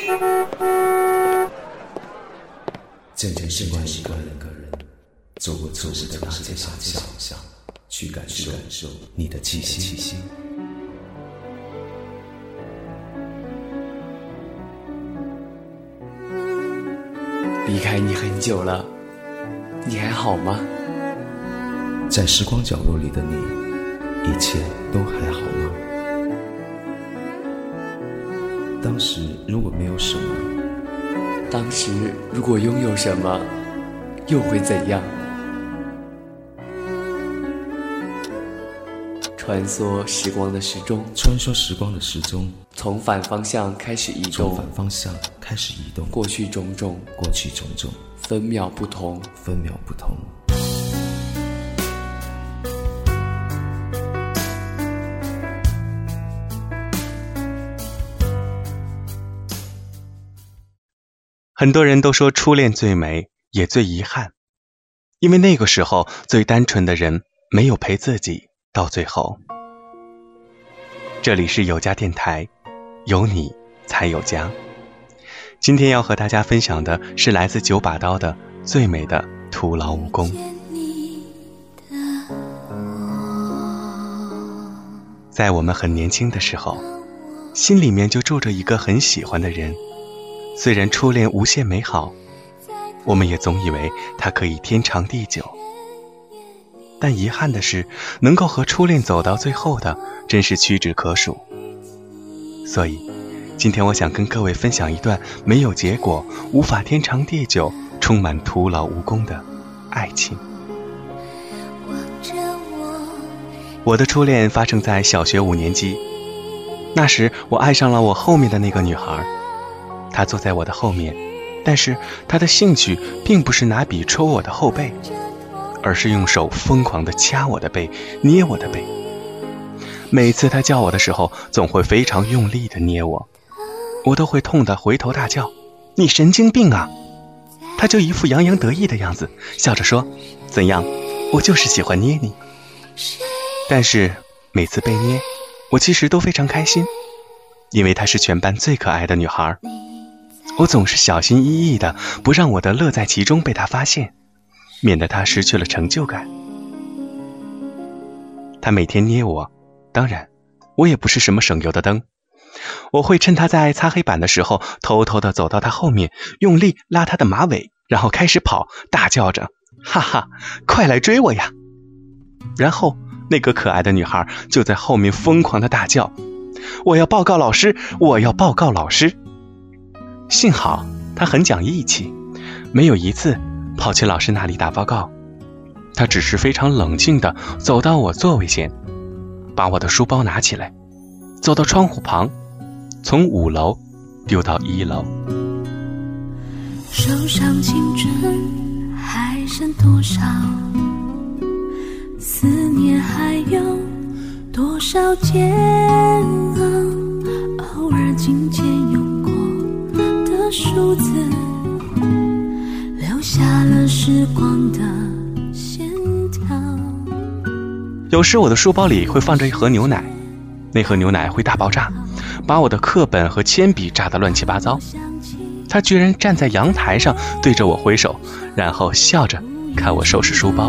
渐渐习惯一个人走过错失的大街小巷，去感受你的气息。 离开你很久了，你还好吗？ 在时光角落里的你，一切都还好吗？当时如果没有什么， 当时如果拥有什么，又会怎样？穿梭时光的时钟，从反方向开始移动，过去种种，分秒不同。 很多人都说初恋最美，也最遗憾，因为那个时候最单纯的人没有陪自己到最后。这里是有家电台，有你才有家。今天要和大家分享的是来自九把刀的《最美的徒劳无功》。在我们很年轻的时候，心里面就住着一个很喜欢的人，虽然初恋无限美好，我们也总以为它可以天长地久，但遗憾的是，能够和初恋走到最后的真是屈指可数。所以今天我想跟各位分享一段没有结果，无法天长地久，充满徒劳无功的爱情。我的初恋发生在小学5年级，那时我爱上了我后面的那个女孩，她坐在我的后面，但是她的兴趣并不是拿笔戳我的后背，而是用手疯狂地掐我的背，捏我的背。每次她叫我的时候，总会非常用力地捏我，我都会痛得回头大叫：你神经病啊！她就一副洋洋得意的样子，笑着说：怎样，我就是喜欢捏你。但是每次被捏，我其实都非常开心，因为她是全班最可爱的女孩。我总是小心翼翼的，不让我的乐在其中被她发现，免得她失去了成就感。她每天捏我，当然我也不是什么省油的灯，我会趁她在擦黑板的时候，偷偷地走到她后面，用力拉她的马尾，然后开始跑，大叫着：哈哈，快来追我呀！然后那个可爱的女孩就在后面疯狂地大叫：我要报告老师，我要报告老师！幸好她很讲义气，没有一次跑去老师那里打报告，她只是非常冷静地走到我座位前，把我的书包拿起来，走到窗户旁，从5楼丢到1楼。 手上青春还剩多少？思念还有多少煎熬？偶尔琴键用过的数字，留下了时光的线条。 有时我的书包里会放着一盒牛奶，那盒牛奶会大爆炸，把我的课本和铅笔炸得乱七八糟。他居然站在阳台上对着我挥手，然后笑着看我收拾书包。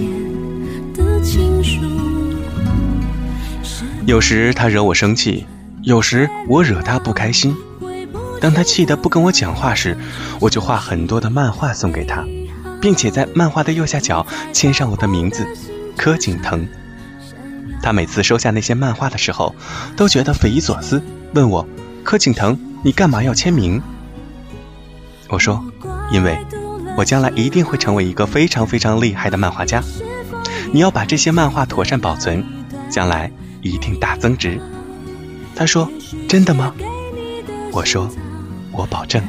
有时他惹我生气，有时我惹他不开心。当他气得不跟我讲话时，我就画很多的漫画送给他，并且在漫画的右下角签上我的名字柯景腾。他每次收下那些漫画的时候，都觉得匪夷所思，问我：柯景腾，你干嘛要签名？我说：因为我将来一定会成为一个非常非常厉害的漫画家，你要把这些漫画妥善保存，将来一定大增值。他说：真的吗？我说：我保证。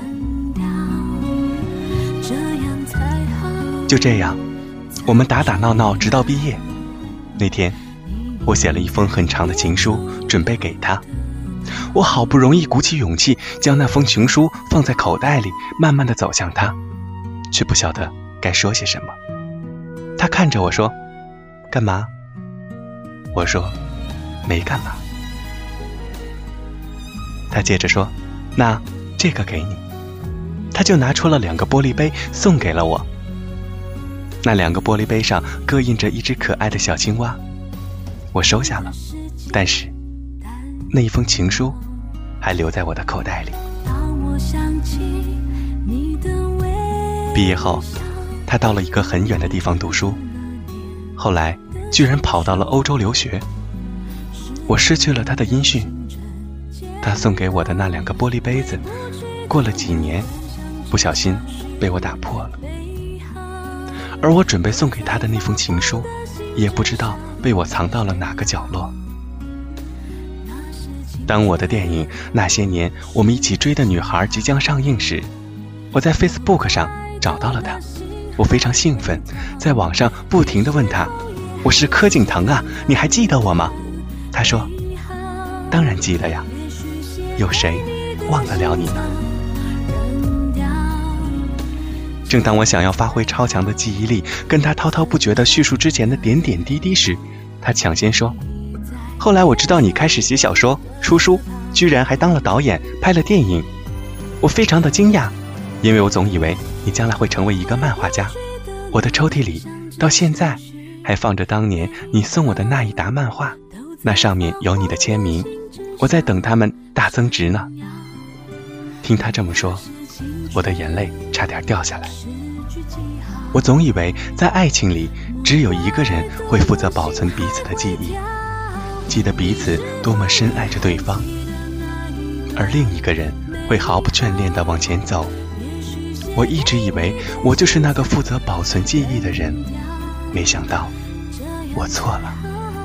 就这样，我们打打闹闹直到毕业。那天我写了一封很长的情书，准备给他。我好不容易鼓起勇气，将那封情书放在口袋里，慢慢地走向他，却不晓得该说些什么。他看着我说：干嘛？我说：没干嘛。他接着说：那这个给你。他就拿出了2个玻璃杯送给了我。那2个玻璃杯上各印着一只可爱的小青蛙，我收下了，但是那一封情书还留在我的口袋里。毕业后，他到了一个很远的地方读书，后来居然跑到了欧洲留学。我失去了他的音讯，他送给我的那2个玻璃杯子，过了几年，不小心被我打破了。而我准备送给他的那封情书，也不知道被我藏到了哪个角落。当我的电影《那些年我们一起追的女孩》即将上映时，我在 Facebook 上找到了他。我非常兴奋，在网上不停地问他，我是柯景腾啊，你还记得我吗？他说，当然记得呀，有谁忘得了你呢？正当我想要发挥超强的记忆力，跟他滔滔不绝地叙述之前的点点滴滴时，他抢先说，后来我知道你开始写小说出书，居然还当了导演，拍了电影。我非常的惊讶，因为我总以为你将来会成为一个漫画家。我的抽屉里到现在还放着当年你送我的那一沓漫画，那上面有你的签名，我在等它们大增值呢。听他这么说，我的眼泪差点掉下来。我总以为在爱情里，只有一个人会负责保存彼此的记忆，记得彼此多么深爱着对方，而另一个人会毫不眷恋地往前走。我一直以为我就是那个负责保存记忆的人，没想到我错了。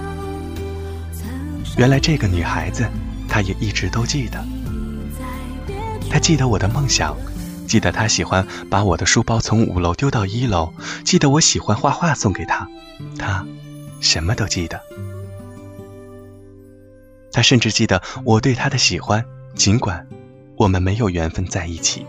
原来这个女孩子，她也一直都记得。她记得我的梦想，记得她喜欢把我的书包从5楼丢到1楼，记得我喜欢画画送给她，她什么都记得。她甚至记得我对她的喜欢，尽管我们没有缘分在一起。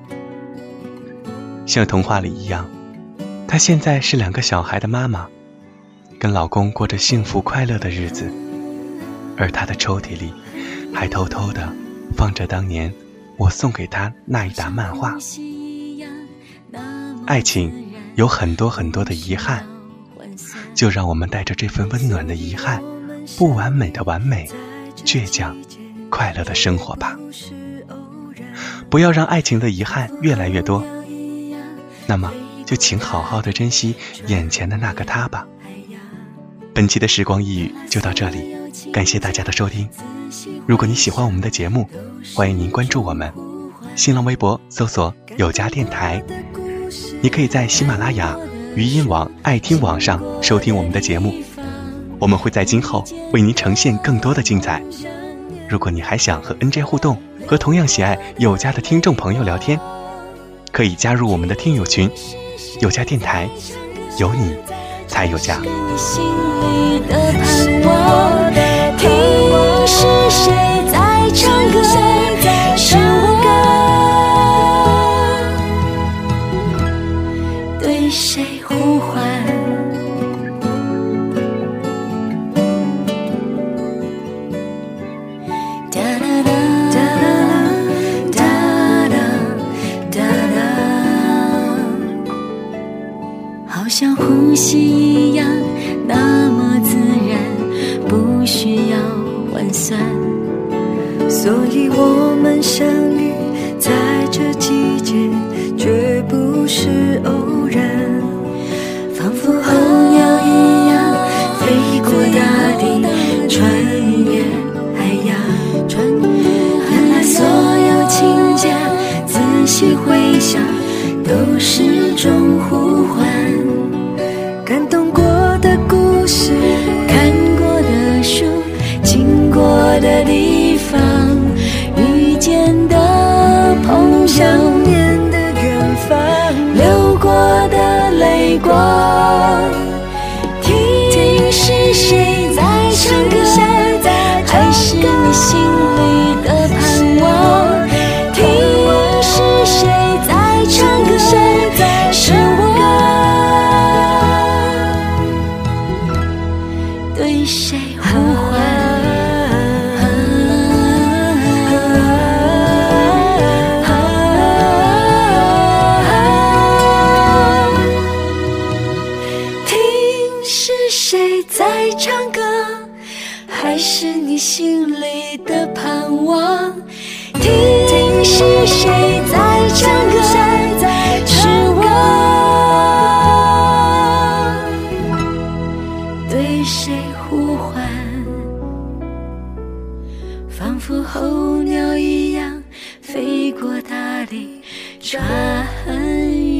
像童话里一样，她现在是2个小孩的妈妈，跟老公过着幸福快乐的日子，而她的抽屉里还偷偷地放着当年我送给她那一沓漫画。爱情有很多很多的遗憾，就让我们带着这份温暖的遗憾，不完美的完美，倔强快乐的生活吧。不要让爱情的遗憾越来越多，那么就请好好的珍惜眼前的那个他吧。本期的时光一语就到这里，感谢大家的收听。如果你喜欢我们的节目，欢迎您关注我们，新浪微博搜索有家电台，你可以在喜马拉雅、语音网、爱听网上收听我们的节目，我们会在今后为您呈现更多的精彩。如果你还想和 NJ 互动，和同样喜爱有家的听众朋友聊天，可以加入我们的听友群，有家电台，有你才有家。 心里的盼望，听是谁在唱歌，是我对谁呼唤。好像呼吸一样，那么自然，不需要换算。所以我们相遇在这季节，绝不是偶然。仿佛候鸟一样，飞过大地，穿越海洋。原来所有情节，仔细回想，都是种呼唤。感动过的故事，看过的书，经过的地方，遇见的碰上面的远方，流过的泪光，听是谁在唱歌，还是你心里的盼望？听是谁在唱歌，是我还是你心里的盼望？听是谁在唱歌？是我对谁呼唤？仿佛候鸟一样飞过大地，穿越。